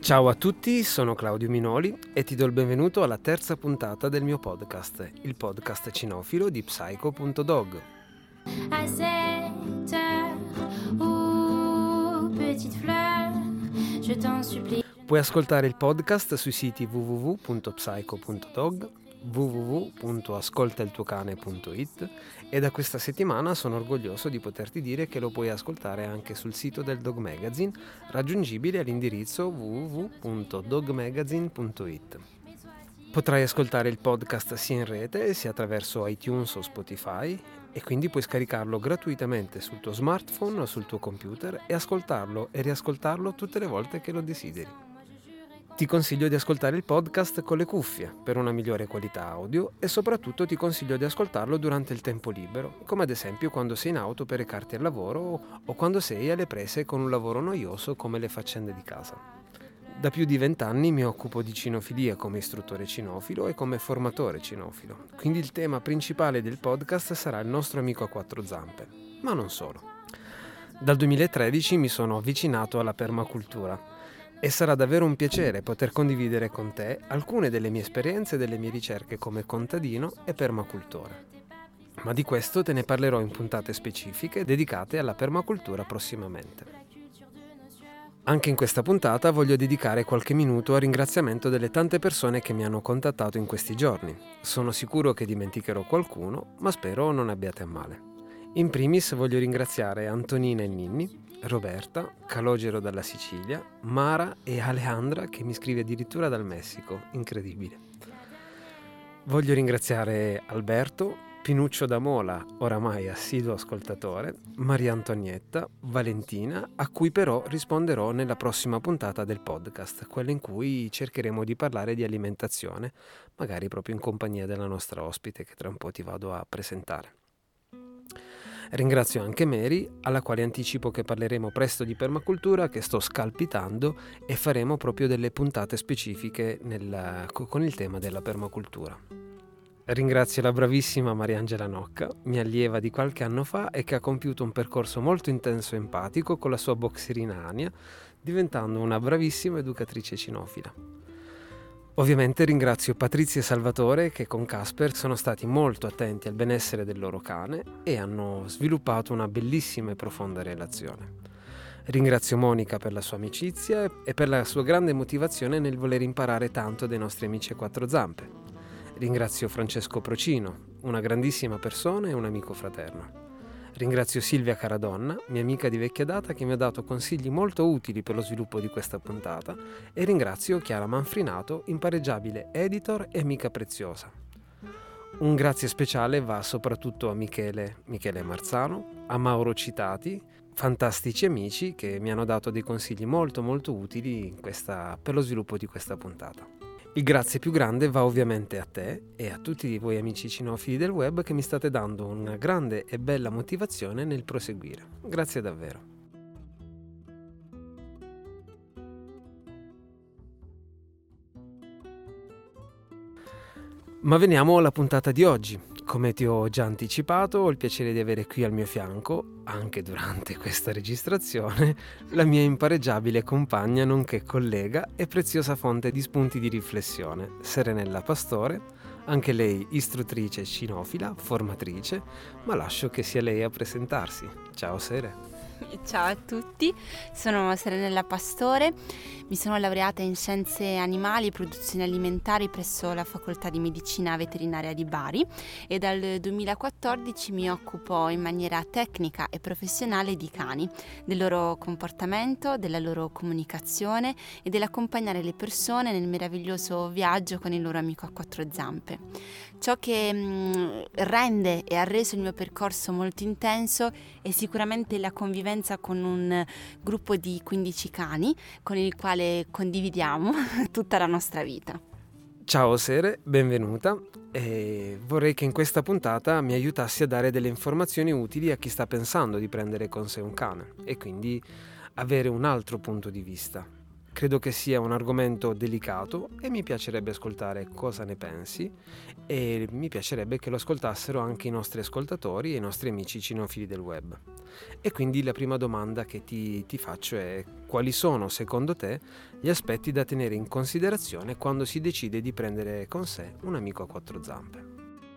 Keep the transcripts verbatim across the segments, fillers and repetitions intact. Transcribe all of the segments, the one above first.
Ciao a tutti, sono Claudio Minoli e ti do il benvenuto alla terza puntata del mio podcast, il podcast cinofilo di Psycho punto dog. À cette heure, oh, petite fleur, je t'en supplie. Puoi ascoltare il podcast sui siti w w w punto psycho punto dog, w w w punto ascoltailtuocane punto it e da questa settimana sono orgoglioso di poterti dire che lo puoi ascoltare anche sul sito del Dog Magazine, raggiungibile all'indirizzo w w w punto dogmagazine punto it. Potrai ascoltare il podcast sia in rete sia attraverso iTunes o Spotify e quindi puoi scaricarlo gratuitamente sul tuo smartphone o sul tuo computer e ascoltarlo e riascoltarlo tutte le volte che lo desideri. Ti consiglio di ascoltare il podcast con le cuffie per una migliore qualità audio e soprattutto ti consiglio di ascoltarlo durante il tempo libero, come ad esempio quando sei in auto per recarti al lavoro o quando sei alle prese con un lavoro noioso come le faccende di casa. Da più di vent'anni mi occupo di cinofilia come istruttore cinofilo e come formatore cinofilo, quindi il tema principale del podcast sarà il nostro amico a quattro zampe, ma non solo. Dal duemilatredici mi sono avvicinato alla permacultura e sarà davvero un piacere poter condividere con te alcune delle mie esperienze e delle mie ricerche come contadino e permacultore. Ma di questo te ne parlerò in puntate specifiche dedicate alla permacultura prossimamente. Anche in questa puntata voglio dedicare qualche minuto al ringraziamento delle tante persone che mi hanno contattato in questi giorni. Sono sicuro che dimenticherò qualcuno, ma spero non abbiate a male. In primis voglio ringraziare Antonina e Ninni, Roberta, Calogero dalla Sicilia, Mara e Alejandra che mi scrive addirittura dal Messico, incredibile. Voglio ringraziare Alberto, Pinuccio da Mola, oramai assiduo ascoltatore, Maria Antonietta, Valentina, a cui però risponderò nella prossima puntata del podcast, quella in cui cercheremo di parlare di alimentazione, magari proprio in compagnia della nostra ospite che tra un po' ti vado a presentare. Ringrazio anche Mary, alla quale anticipo che parleremo presto di permacultura, che sto scalpitando e faremo proprio delle puntate specifiche nel, con il tema della permacultura. Ringrazio la bravissima Mariangela Nocca, mia allieva di qualche anno fa e che ha compiuto un percorso molto intenso e empatico con la sua boxerina Ania, diventando una bravissima educatrice cinofila. Ovviamente ringrazio Patrizia e Salvatore che con Casper sono stati molto attenti al benessere del loro cane e hanno sviluppato una bellissima e profonda relazione. Ringrazio Monica per la sua amicizia e per la sua grande motivazione nel voler imparare tanto dai nostri amici a quattro zampe. Ringrazio Francesco Procino, una grandissima persona e un amico fraterno. Ringrazio Silvia Caradonna, mia amica di vecchia data che mi ha dato consigli molto utili per lo sviluppo di questa puntata e ringrazio Chiara Manfrinato, impareggiabile editor e amica preziosa. Un grazie speciale va soprattutto a Michele, Michele Marzano, a Mauro Citati, fantastici amici che mi hanno dato dei consigli molto molto utili in questa, per lo sviluppo di questa puntata. Il grazie più grande va ovviamente a te e a tutti voi amici cinofili del web che mi state dando una grande e bella motivazione nel proseguire. Grazie davvero. Ma veniamo alla puntata di oggi. Come ti ho già anticipato, ho il piacere di avere qui al mio fianco, anche durante questa registrazione, la mia impareggiabile compagna nonché collega e preziosa fonte di spunti di riflessione, Serenella Pastore, anche lei istruttrice cinofila, formatrice, ma lascio che sia lei a presentarsi. Ciao Sere. Ciao a tutti, sono Serenella Pastore, mi sono laureata in Scienze Animali e Produzioni Alimentari presso la Facoltà di Medicina Veterinaria di Bari e dal duemilaquattordici mi occupo in maniera tecnica e professionale di cani, del loro comportamento, della loro comunicazione e dell'accompagnare le persone nel meraviglioso viaggio con il loro amico a quattro zampe. Ciò che mh, rende e ha reso il mio percorso molto intenso è sicuramente la convivenza con un gruppo di quindici cani con il quale condividiamo tutta la nostra vita. Ciao Sere, benvenuta e vorrei che in questa puntata mi aiutassi a dare delle informazioni utili a chi sta pensando di prendere con sé un cane e quindi avere un altro punto di vista. Credo che sia un argomento delicato e mi piacerebbe ascoltare cosa ne pensi, e mi piacerebbe che lo ascoltassero anche i nostri ascoltatori e i nostri amici cinofili del web. E quindi la prima domanda che ti, ti faccio è: quali sono secondo te gli aspetti da tenere in considerazione quando si decide di prendere con sé un amico a quattro zampe?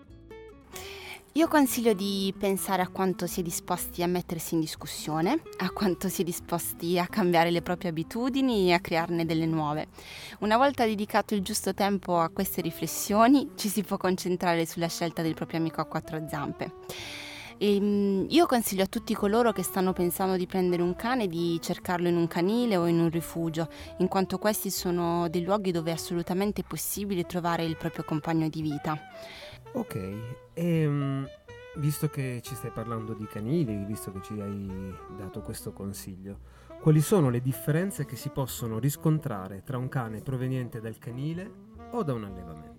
Io consiglio di pensare a quanto si è disposti a mettersi in discussione, a quanto si è disposti a cambiare le proprie abitudini e a crearne delle nuove. Una volta dedicato il giusto tempo a queste riflessioni, ci si può concentrare sulla scelta del proprio amico a quattro zampe. E, io consiglio a tutti coloro che stanno pensando di prendere un cane di cercarlo in un canile o in un rifugio, in quanto questi sono dei luoghi dove è assolutamente possibile trovare il proprio compagno di vita. Ok, e visto che ci stai parlando di canili, visto che ci hai dato questo consiglio, quali sono le differenze che si possono riscontrare tra un cane proveniente dal canile o da un allevamento?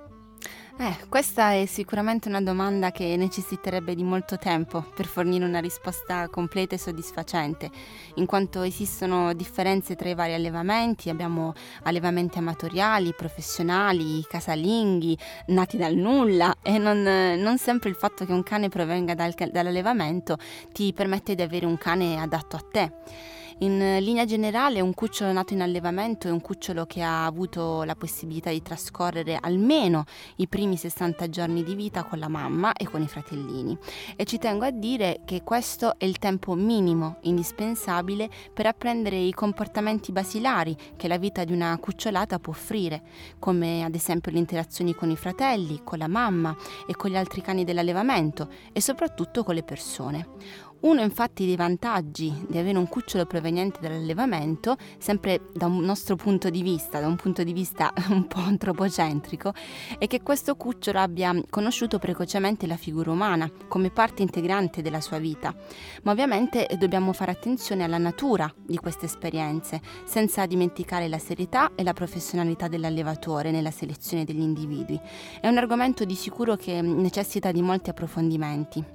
Eh, questa è sicuramente una domanda che necessiterebbe di molto tempo per fornire una risposta completa e soddisfacente, in quanto esistono differenze tra i vari allevamenti. Abbiamo allevamenti amatoriali, professionali, casalinghi, nati dal nulla, e non, non sempre il fatto che un cane provenga dal, dall'allevamento ti permette di avere un cane adatto a te. In linea generale, un cucciolo nato in allevamento è un cucciolo che ha avuto la possibilità di trascorrere almeno i primi sessanta giorni di vita con la mamma e con i fratellini, e ci tengo a dire che questo è il tempo minimo indispensabile per apprendere i comportamenti basilari che la vita di una cucciolata può offrire, come ad esempio le interazioni con i fratelli, con la mamma e con gli altri cani dell'allevamento, e soprattutto con le persone. Uno infatti dei vantaggi di avere un cucciolo proveniente dall'allevamento, sempre da un nostro punto di vista, da un punto di vista un po' antropocentrico, è che questo cucciolo abbia conosciuto precocemente la figura umana come parte integrante della sua vita. Ma ovviamente dobbiamo fare attenzione alla natura di queste esperienze, senza dimenticare la serietà e la professionalità dell'allevatore nella selezione degli individui. È un argomento di sicuro che necessita di molti approfondimenti.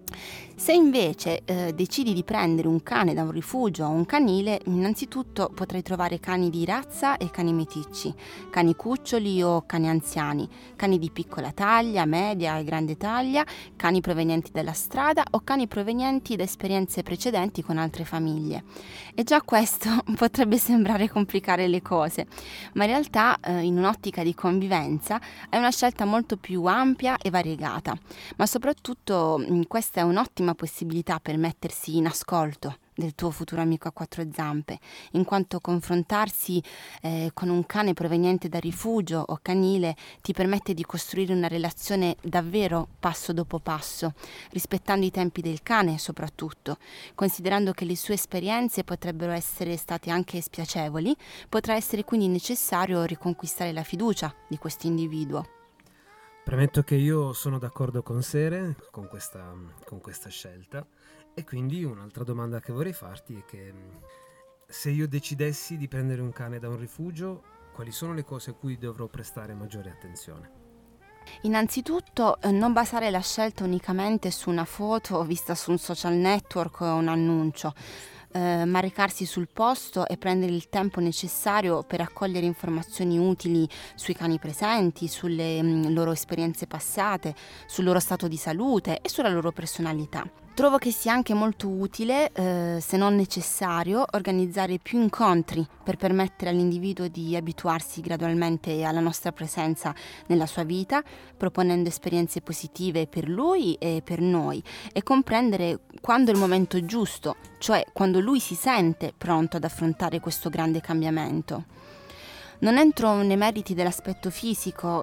Se invece eh, decidi di prendere un cane da un rifugio o un canile, innanzitutto potrai trovare cani di razza e cani meticci, cani cuccioli o cani anziani, cani di piccola taglia, media e grande taglia, cani provenienti dalla strada o cani provenienti da esperienze precedenti con altre famiglie. E già questo potrebbe sembrare complicare le cose, ma in realtà eh, in un'ottica di convivenza è una scelta molto più ampia e variegata, ma soprattutto mh, questa è un'ottima possibilità per mettersi in ascolto del tuo futuro amico a quattro zampe, in quanto confrontarsi eh, con un cane proveniente da rifugio o canile ti permette di costruire una relazione davvero passo dopo passo, rispettando i tempi del cane soprattutto. Considerando che le sue esperienze potrebbero essere state anche spiacevoli, potrà essere quindi necessario riconquistare la fiducia di questo individuo. Premetto che io sono d'accordo con Sere, con questa, con questa scelta, e quindi un'altra domanda che vorrei farti è che se io decidessi di prendere un cane da un rifugio, quali sono le cose a cui dovrò prestare maggiore attenzione? Innanzitutto eh, non basare la scelta unicamente su una foto vista su un social network o un annuncio, eh, ma recarsi sul posto e prendere il tempo necessario per raccogliere informazioni utili sui cani presenti, sulle mh, loro esperienze passate, sul loro stato di salute e sulla loro personalità. Trovo che sia anche molto utile, eh, se non necessario, organizzare più incontri per permettere all'individuo di abituarsi gradualmente alla nostra presenza nella sua vita, proponendo esperienze positive per lui e per noi, e comprendere quando è il momento giusto, cioè quando lui si sente pronto ad affrontare questo grande cambiamento. Non entro nei meriti dell'aspetto fisico,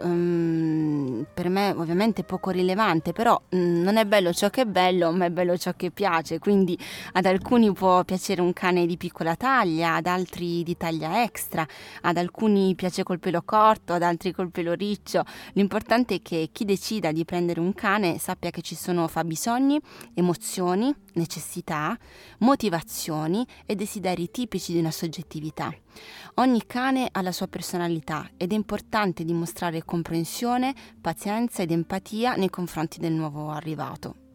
um, per me ovviamente poco rilevante, però um, non è bello ciò che è bello, ma è bello ciò che piace, quindi ad alcuni può piacere un cane di piccola taglia, ad altri di taglia extra, ad alcuni piace col pelo corto, ad altri col pelo riccio. L'importante è che chi decida di prendere un cane sappia che ci sono fabbisogni, emozioni, necessità, motivazioni e desideri tipici di una soggettività. Ogni cane ha la sua personalità ed è importante dimostrare comprensione, pazienza ed empatia nei confronti del nuovo arrivato.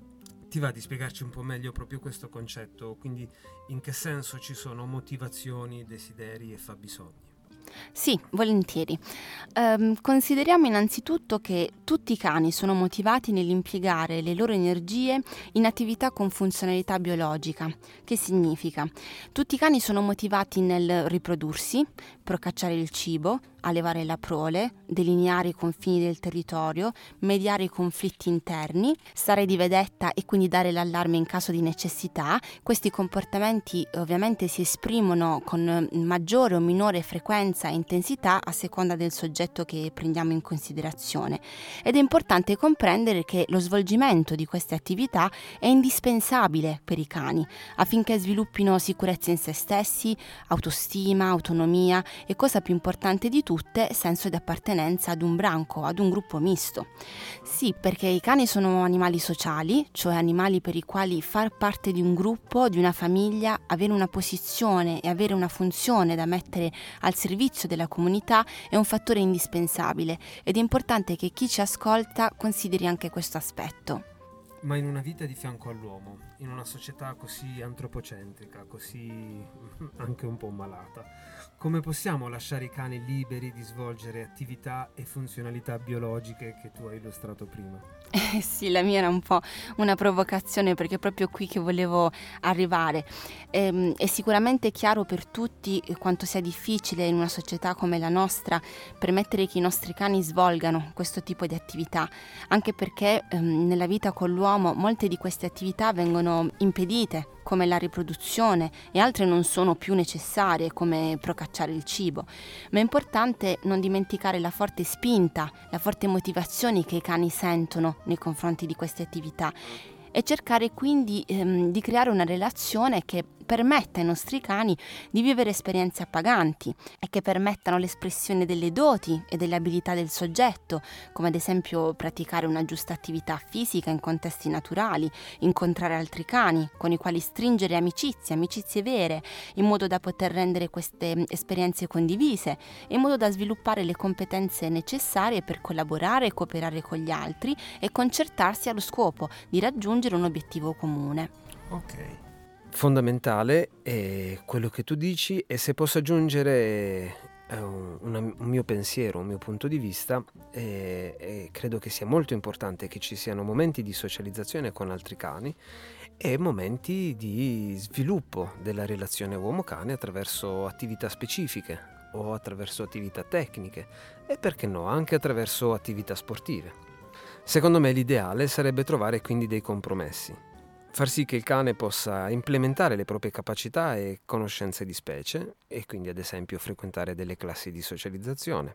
Ti va di spiegarci un po' meglio proprio questo concetto? Quindi in che senso ci sono motivazioni, desideri e fabbisogni? Sì, volentieri. Ehm, consideriamo innanzitutto che tutti i cani sono motivati nell'impiegare le loro energie in attività con funzionalità biologica. Che significa? Tutti i cani sono motivati nel riprodursi, procacciare il cibo, allevare la prole, delineare i confini del territorio, mediare i conflitti interni, stare di vedetta e quindi dare l'allarme in caso di necessità. Questi comportamenti ovviamente si esprimono con maggiore o minore frequenza e intensità a seconda del soggetto che prendiamo in considerazione. Ed è importante comprendere che lo svolgimento di queste attività è indispensabile per i cani affinché sviluppino sicurezza in se stessi, autostima, autonomia e, cosa più importante di tutte, senso di appartenenza ad un branco, ad un gruppo misto. Sì, perché i cani sono animali sociali, cioè animali per i quali far parte di un gruppo, di una famiglia, avere una posizione e avere una funzione da mettere al servizio della comunità è un fattore indispensabile ed è importante che chi ci ascolta consideri anche questo aspetto. Ma in una vita di fianco all'uomo, in una società così antropocentrica, così anche un po' malata, come possiamo lasciare i cani liberi di svolgere attività e funzionalità biologiche che tu hai illustrato prima? Eh sì, la mia era un po' una provocazione, perché è proprio qui che volevo arrivare. Ehm, è sicuramente chiaro per tutti quanto sia difficile in una società come la nostra permettere che i nostri cani svolgano questo tipo di attività, anche perché ehm, nella vita con l'uomo molte di queste attività vengono impedite, come la riproduzione, e altre non sono più necessarie, come procacciare il cibo. Ma è importante non dimenticare la forte spinta, la forte motivazione che i cani sentono nei confronti di queste attività e cercare quindi ehm, di creare una relazione che permetta ai nostri cani di vivere esperienze appaganti e che permettano l'espressione delle doti e delle abilità del soggetto, come ad esempio praticare una giusta attività fisica in contesti naturali, incontrare altri cani con i quali stringere amicizie, amicizie vere, in modo da poter rendere queste esperienze condivise e in modo da sviluppare le competenze necessarie per collaborare e cooperare con gli altri e concertarsi allo scopo di raggiungere un obiettivo comune. Ok. Fondamentale è quello che tu dici, e se posso aggiungere eh, una, un mio pensiero, un mio punto di vista, eh, eh, credo che sia molto importante che ci siano momenti di socializzazione con altri cani e momenti di sviluppo della relazione uomo-cane attraverso attività specifiche o attraverso attività tecniche e, perché no, anche attraverso attività sportive. Secondo me l'ideale sarebbe trovare quindi dei compromessi. Far sì che il cane possa implementare le proprie capacità e conoscenze di specie e quindi ad esempio frequentare delle classi di socializzazione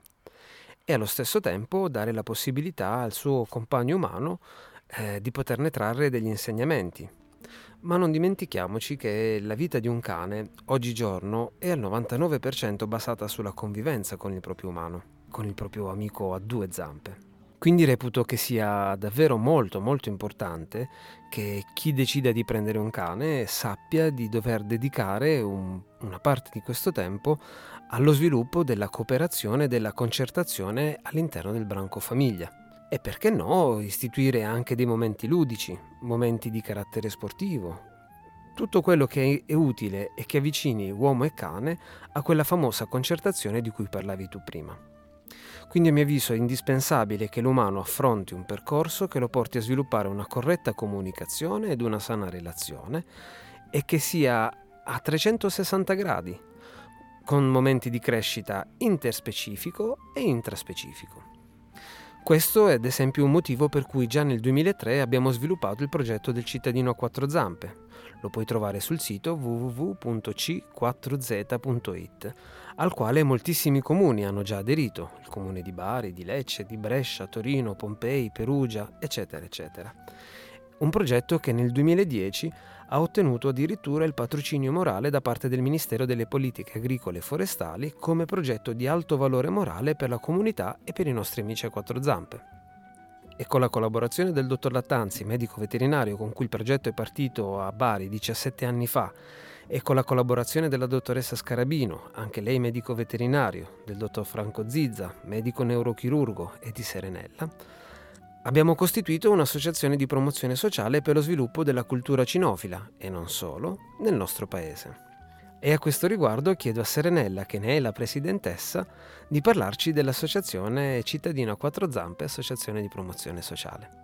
e allo stesso tempo dare la possibilità al suo compagno umano eh, di poterne trarre degli insegnamenti. Ma non dimentichiamoci che la vita di un cane oggigiorno è al novantanove per cento basata sulla convivenza con il proprio umano, con il proprio amico a due zampe. Quindi reputo che sia davvero molto molto importante che chi decida di prendere un cane sappia di dover dedicare un, una parte di questo tempo allo sviluppo della cooperazione e della concertazione all'interno del branco famiglia. E perché no, istituire anche dei momenti ludici, momenti di carattere sportivo, tutto quello che è utile e che avvicini uomo e cane a quella famosa concertazione di cui parlavi tu prima. Quindi a mio avviso è indispensabile che l'umano affronti un percorso che lo porti a sviluppare una corretta comunicazione ed una sana relazione e che sia a trecentosessanta gradi, con momenti di crescita interspecifico e intraspecifico. Questo è ad esempio un motivo per cui già nel duemilatré abbiamo sviluppato il progetto del cittadino a quattro zampe. Lo puoi trovare sul sito w w w punto c quattro z punto i t, al quale moltissimi comuni hanno già aderito, il comune di Bari, di Lecce, di Brescia, Torino, Pompei, Perugia, eccetera, eccetera. Un progetto che nel duemiladieci ha ottenuto addirittura il patrocinio morale da parte del Ministero delle Politiche Agricole e Forestali come progetto di alto valore morale per la comunità e per i nostri amici a quattro zampe. E con la collaborazione del dottor Lattanzi, medico veterinario con cui il progetto è partito a Bari diciassette anni fa, e con la collaborazione della dottoressa Scarabino, anche lei medico veterinario, del dottor Franco Zizza, medico neurochirurgo, e di Serenella, Abbiamo costituito un'associazione di promozione sociale per lo sviluppo della cultura cinofila, e non solo, nel nostro paese. E a questo riguardo chiedo a Serenella, che ne è la presidentessa, di parlarci dell'associazione Cittadino a Quattro Zampe, associazione di promozione sociale.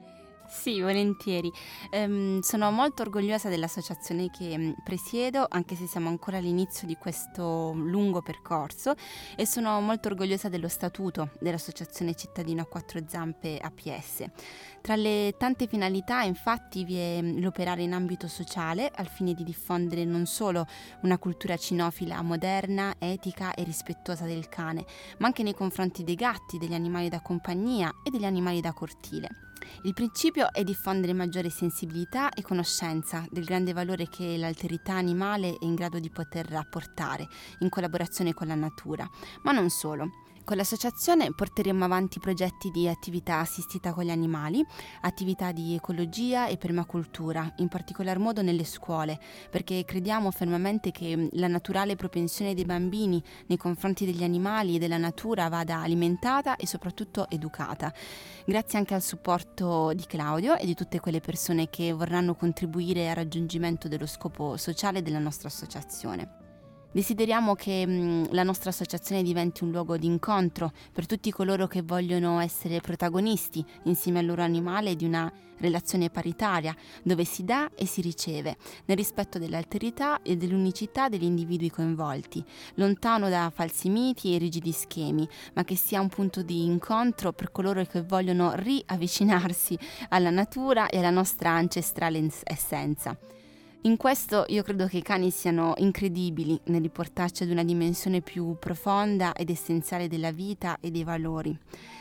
Sì, volentieri. Ehm, sono molto orgogliosa dell'associazione che mm, presiedo, anche se siamo ancora all'inizio di questo lungo percorso, e sono molto orgogliosa dello statuto dell'Associazione Cittadino a Quattro Zampe A P S. Tra le tante finalità, infatti, vi è mm, l'operare in ambito sociale al fine di diffondere non solo una cultura cinofila moderna, etica e rispettosa del cane, ma anche nei confronti dei gatti, degli animali da compagnia e degli animali da cortile. Il principio è diffondere maggiore sensibilità e conoscenza del grande valore che l'alterità animale è in grado di poter apportare in collaborazione con la natura, ma non solo. Con l'associazione porteremo avanti progetti di attività assistita con gli animali, attività di ecologia e permacultura, in particolar modo nelle scuole, perché crediamo fermamente che la naturale propensione dei bambini nei confronti degli animali e della natura vada alimentata e soprattutto educata. Grazie anche al supporto di Claudio e di tutte quelle persone che vorranno contribuire al raggiungimento dello scopo sociale della nostra associazione. Desideriamo che mh, la nostra associazione diventi un luogo di incontro per tutti coloro che vogliono essere protagonisti insieme al loro animale di una relazione paritaria, dove si dà e si riceve, nel rispetto dell'alterità e dell'unicità degli individui coinvolti, lontano da falsi miti e rigidi schemi, ma che sia un punto di incontro per coloro che vogliono riavvicinarsi alla natura e alla nostra ancestrale essenza. In questo io credo che i cani siano incredibili nel riportarci ad una dimensione più profonda ed essenziale della vita e dei valori.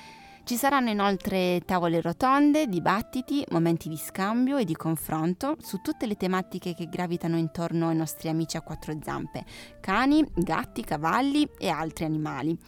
Ci saranno inoltre tavole rotonde, dibattiti, momenti di scambio e di confronto su tutte le tematiche che gravitano intorno ai nostri amici a quattro zampe: cani, gatti, cavalli e altri animali.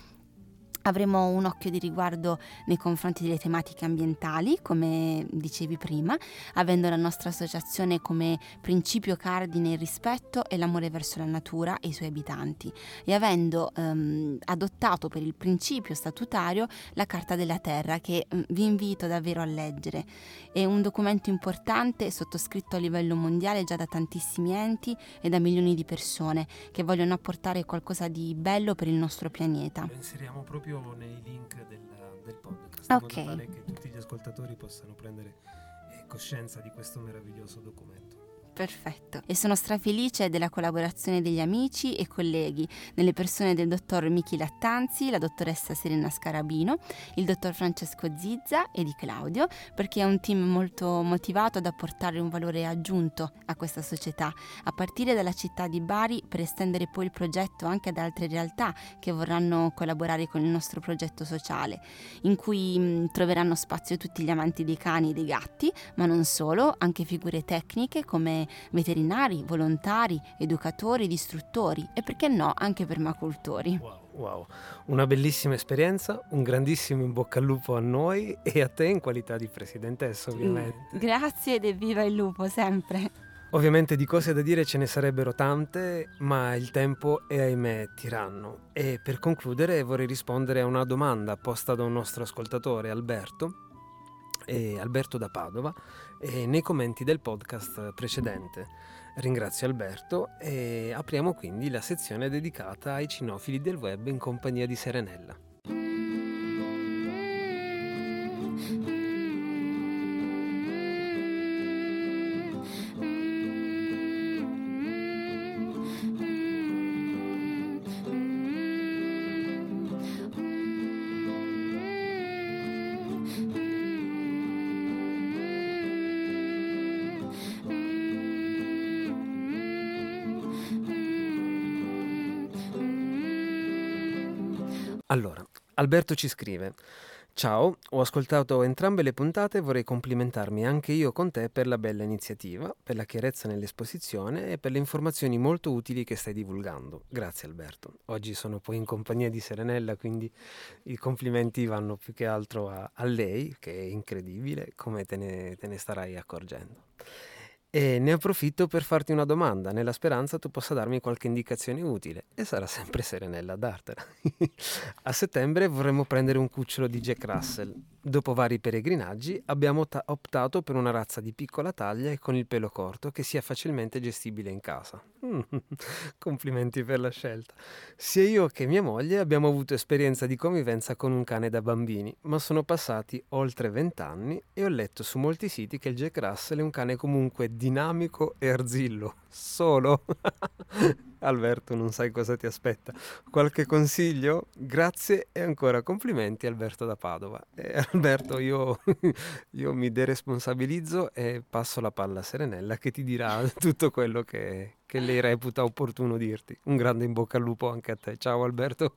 Avremo un occhio di riguardo nei confronti delle tematiche ambientali, come dicevi prima, avendo la nostra associazione come principio cardine il rispetto e l'amore verso la natura e i suoi abitanti, e avendo ehm, adottato per il principio statutario la Carta della Terra, che mh, vi invito davvero a leggere. È un documento importante sottoscritto a livello mondiale già da tantissimi enti e da milioni di persone che vogliono apportare qualcosa di bello per il nostro pianeta. Lo inseriamo proprio nei link del, del podcast, Ok. in modo tale che tutti gli ascoltatori possano prendere eh, coscienza di questo meraviglioso documento. Perfetto. E sono strafelice della collaborazione degli amici e colleghi, nelle persone del dottor Michi Lattanzi, la dottoressa Serena Scarabino, il dottor Francesco Zizza e di Claudio, perché è un team molto motivato ad apportare un valore aggiunto a questa società, a partire dalla città di Bari, per estendere poi il progetto anche ad altre realtà che vorranno collaborare con il nostro progetto sociale, in cui mh, troveranno spazio tutti gli amanti dei cani e dei gatti, ma non solo, anche figure tecniche come veterinari, volontari, educatori ed istruttori, e perché no anche permacultori. Wow, wow, una bellissima esperienza, un grandissimo in bocca al lupo a noi e a te in qualità di presidentessa, ovviamente. Grazie ed evviva il lupo sempre. Ovviamente di cose da dire ce ne sarebbero tante, ma il tempo è, ahimè, tiranno. E per concludere vorrei rispondere a una domanda posta da un nostro ascoltatore, Alberto, e Alberto da Padova, e nei commenti del podcast precedente. Ringrazio Alberto e apriamo quindi la sezione dedicata ai cinofili del web in compagnia di Serenella. Allora, Alberto ci scrive: ciao, ho ascoltato entrambe le puntate e vorrei complimentarmi anche io con te per la bella iniziativa, per la chiarezza nell'esposizione e per le informazioni molto utili che stai divulgando. Grazie Alberto. Oggi sono poi in compagnia di Serenella, quindi i complimenti vanno più che altro a, a lei, che è incredibile, come te ne, te ne starai accorgendo. E ne approfitto per farti una domanda, nella speranza tu possa darmi qualche indicazione utile, e sarà sempre Serenella a dartela. A settembre vorremmo prendere un cucciolo di Jack Russell. Dopo vari peregrinaggi abbiamo ta- optato per una razza di piccola taglia e con il pelo corto che sia facilmente gestibile in casa. Complimenti per la scelta. Sia io che mia moglie abbiamo avuto esperienza di convivenza con un cane da bambini, ma sono passati oltre vent'anni e ho letto su molti siti che il Jack Russell è un cane comunque dinamico e arzillo. Solo? Alberto, non sai cosa ti aspetta. Qualche consiglio? Grazie e ancora complimenti, Alberto da Padova. E Alberto, io, io mi deresponsabilizzo e passo la palla a Serenella che ti dirà tutto quello che, che lei reputa opportuno dirti. Un grande in bocca al lupo anche a te. Ciao Alberto.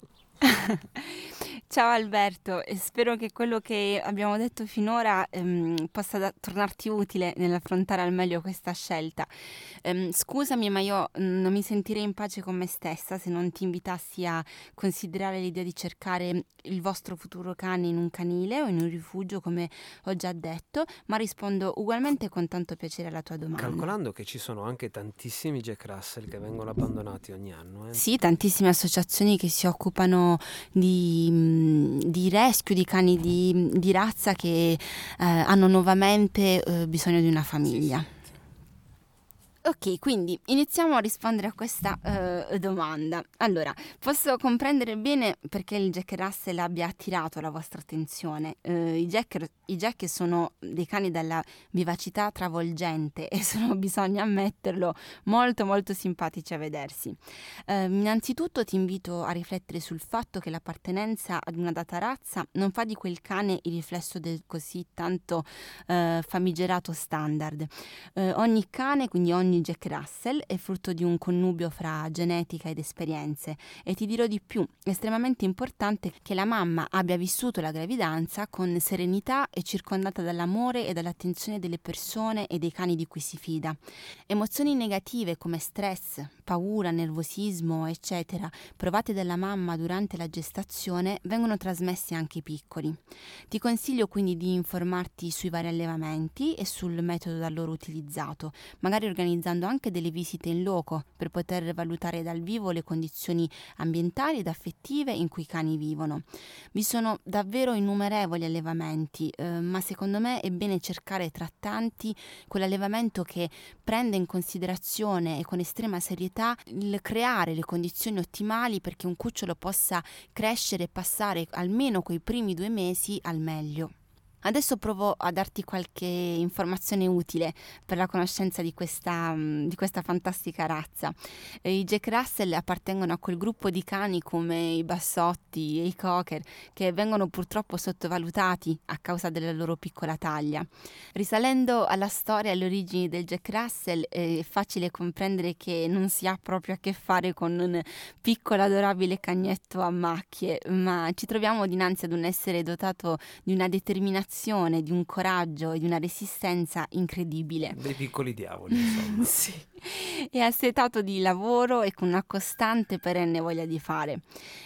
Ciao Alberto, e spero che quello che abbiamo detto finora ehm, possa da- tornarti utile nell'affrontare al meglio questa scelta. Ehm, scusami, ma io mm, non mi sentirei in pace con me stessa se non ti invitassi a considerare l'idea di cercare il vostro futuro cane in un canile o in un rifugio, come ho già detto, ma rispondo ugualmente con tanto piacere alla tua domanda. Calcolando che ci sono anche tantissimi Jack Russell che vengono abbandonati ogni anno. Eh? Sì, tantissime associazioni che si occupano di, mh, di rescue di cani di, di razza che eh, hanno nuovamente eh, bisogno di una famiglia. Sì, sì. Ok, quindi iniziamo a rispondere a questa eh, domanda. Allora, posso comprendere bene perché il Jack Russell abbia attirato la vostra attenzione. Eh, i, Jack, I Jack sono dei cani dalla vivacità travolgente e sono, bisogna ammetterlo, molto molto simpatici a vedersi. Eh, innanzitutto ti invito a riflettere sul fatto che l'appartenenza ad una data razza non fa di quel cane il riflesso del così tanto eh, famigerato standard. Eh, ogni cane, quindi ogni Jack Russell, è frutto di un connubio fra genetica ed esperienze, e ti dirò di più, è estremamente importante che la mamma abbia vissuto la gravidanza con serenità e circondata dall'amore e dall'attenzione delle persone e dei cani di cui si fida. Emozioni negative come stress, paura, nervosismo, eccetera, provate dalla mamma durante la gestazione vengono trasmessi anche ai piccoli. Ti consiglio quindi di informarti sui vari allevamenti e sul metodo da loro utilizzato, magari organizzando anche delle visite in loco per poter valutare dal vivo le condizioni ambientali ed affettive in cui i cani vivono. Vi sono davvero innumerevoli allevamenti, eh, ma secondo me è bene cercare tra tanti quell'allevamento che prende in considerazione e con estrema serietà il creare le condizioni ottimali perché un cucciolo possa crescere e passare almeno quei primi due mesi al meglio. Adesso provo a darti qualche informazione utile per la conoscenza di questa, di questa fantastica razza. I Jack Russell appartengono a quel gruppo di cani come i bassotti e i cocker che vengono purtroppo sottovalutati a causa della loro piccola taglia. Risalendo alla storia e alle origini del Jack Russell, è facile comprendere che non si ha proprio a che fare con un piccolo adorabile cagnetto a macchie, ma ci troviamo dinanzi ad un essere dotato di una determinazione, di un coraggio e di una resistenza incredibile. Dei piccoli diavoli, insomma. Sì. È assetato di lavoro e con una costante perenne voglia di fare.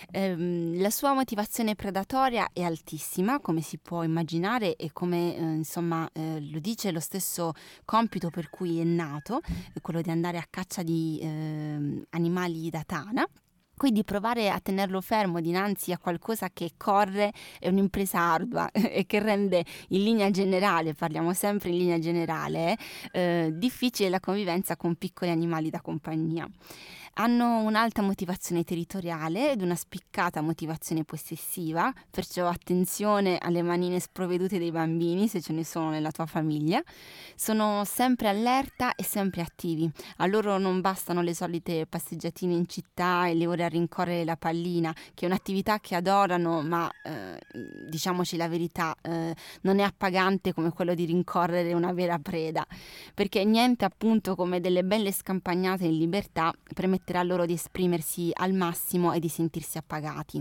Ehm, la sua motivazione predatoria è altissima, come si può immaginare, e come eh, insomma eh, lo dice lo stesso compito per cui è nato, quello di andare a caccia di eh, animali da tana. Quindi provare a tenerlo fermo dinanzi a qualcosa che corre è un'impresa ardua e che rende in linea generale, parliamo sempre in linea generale, eh, difficile la convivenza con piccoli animali da compagnia. Hanno un'alta motivazione territoriale ed una spiccata motivazione possessiva, perciò attenzione alle manine sprovvedute dei bambini se ce ne sono nella tua famiglia. Sono sempre allerta e sempre attivi. A loro non bastano le solite passeggiatine in città e le ore a rincorrere la pallina, che è un'attività che adorano, ma eh, diciamoci la verità, eh, non è appagante come quello di rincorrere una vera preda, perché niente appunto come delle belle scampagnate in libertà permetterà loro di esprimersi al massimo e di sentirsi appagati.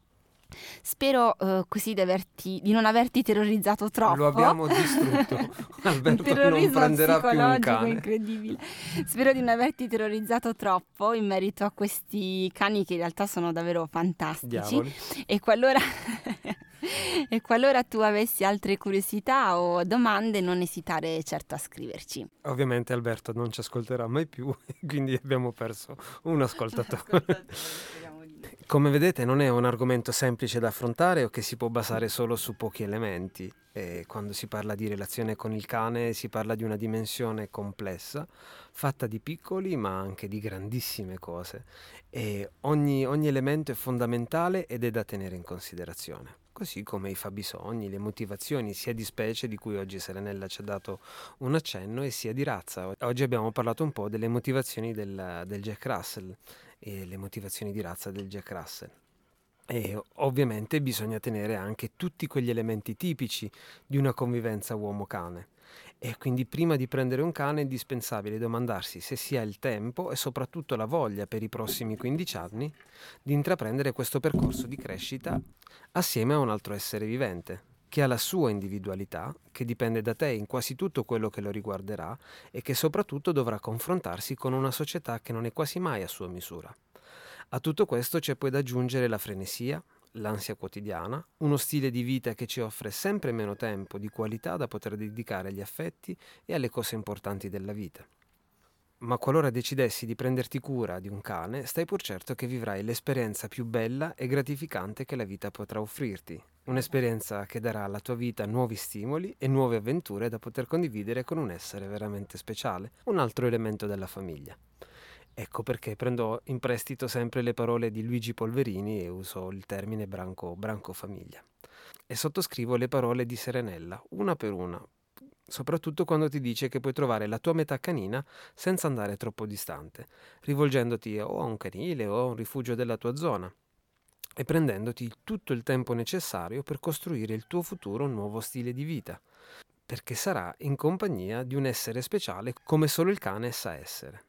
Spero uh, così di, averti, di non averti terrorizzato troppo. Lo abbiamo distrutto. Alberto un terrorismo non prenderà più un cane. Incredibile. Spero di non averti terrorizzato troppo in merito a questi cani che in realtà sono davvero fantastici. Diavoli. E qualora E qualora tu avessi altre curiosità o domande, non esitare certo a scriverci. Ovviamente Alberto non ci ascolterà mai più, quindi abbiamo perso un ascoltatore. Come vedete non è un argomento semplice da affrontare o che si può basare solo su pochi elementi. E quando si parla di relazione con il cane si parla di una dimensione complessa, fatta di piccoli ma anche di grandissime cose. E ogni, ogni elemento è fondamentale ed è da tenere in considerazione. Così come i fabbisogni, le motivazioni sia di specie, di cui oggi Serenella ci ha dato un accenno, e sia di razza. Oggi abbiamo parlato un po' delle motivazioni del, del Jack Russell e le motivazioni di razza del Jack Russell. E ovviamente bisogna tenere anche tutti quegli elementi tipici di una convivenza uomo-cane. E quindi prima di prendere un cane è indispensabile domandarsi se si ha il tempo e soprattutto la voglia per i prossimi quindici anni di intraprendere questo percorso di crescita assieme a un altro essere vivente, che ha la sua individualità, che dipende da te in quasi tutto quello che lo riguarderà e che soprattutto dovrà confrontarsi con una società che non è quasi mai a sua misura. A tutto questo c'è poi da aggiungere la frenesia, l'ansia quotidiana, uno stile di vita che ci offre sempre meno tempo di qualità da poter dedicare agli affetti e alle cose importanti della vita. Ma qualora decidessi di prenderti cura di un cane, stai pur certo che vivrai l'esperienza più bella e gratificante che la vita potrà offrirti. Un'esperienza che darà alla tua vita nuovi stimoli e nuove avventure da poter condividere con un essere veramente speciale, un altro elemento della famiglia. Ecco perché prendo in prestito sempre le parole di Luigi Polverini e uso il termine branco, branco famiglia. E sottoscrivo le parole di Serenella, una per una, soprattutto quando ti dice che puoi trovare la tua metà canina senza andare troppo distante, rivolgendoti o a un canile o a un rifugio della tua zona e prendendoti tutto il tempo necessario per costruire il tuo futuro nuovo stile di vita, perché sarà in compagnia di un essere speciale come solo il cane sa essere.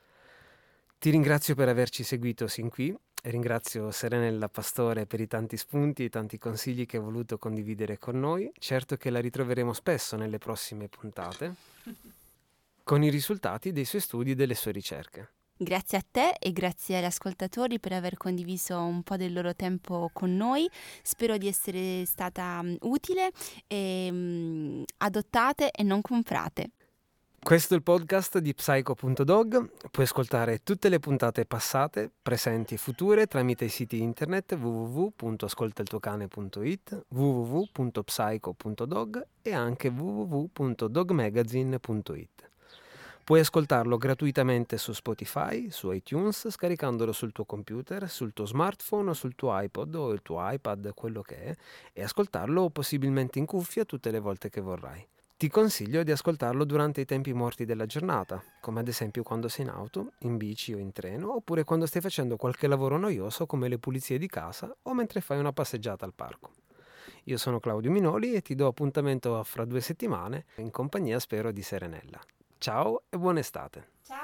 Ti ringrazio per averci seguito sin qui e ringrazio Serenella Pastore per i tanti spunti e i tanti consigli che ha voluto condividere con noi. Certo che la ritroveremo spesso nelle prossime puntate con i risultati dei suoi studi e delle sue ricerche. Grazie a te e grazie agli ascoltatori per aver condiviso un po' del loro tempo con noi. Spero di essere stata um, utile e um, adottate e non comprate. Questo è il podcast di Psycho punto dog, puoi ascoltare tutte le puntate passate, presenti e future tramite i siti internet w w w punto ascolta il tuo cane punto i t, w w w punto psycho punto dog e anche w w w punto dog magazine punto i t. Puoi ascoltarlo gratuitamente su Spotify, su iTunes, scaricandolo sul tuo computer, sul tuo smartphone o sul tuo iPod o il tuo iPad, quello che è, e ascoltarlo possibilmente in cuffia tutte le volte che vorrai. Ti consiglio di ascoltarlo durante i tempi morti della giornata, come ad esempio quando sei in auto, in bici o in treno, oppure quando stai facendo qualche lavoro noioso come le pulizie di casa o mentre fai una passeggiata al parco. Io sono Claudio Minoli e ti do appuntamento fra due settimane, in compagnia spero di Serenella. Ciao e buona estate! Ciao!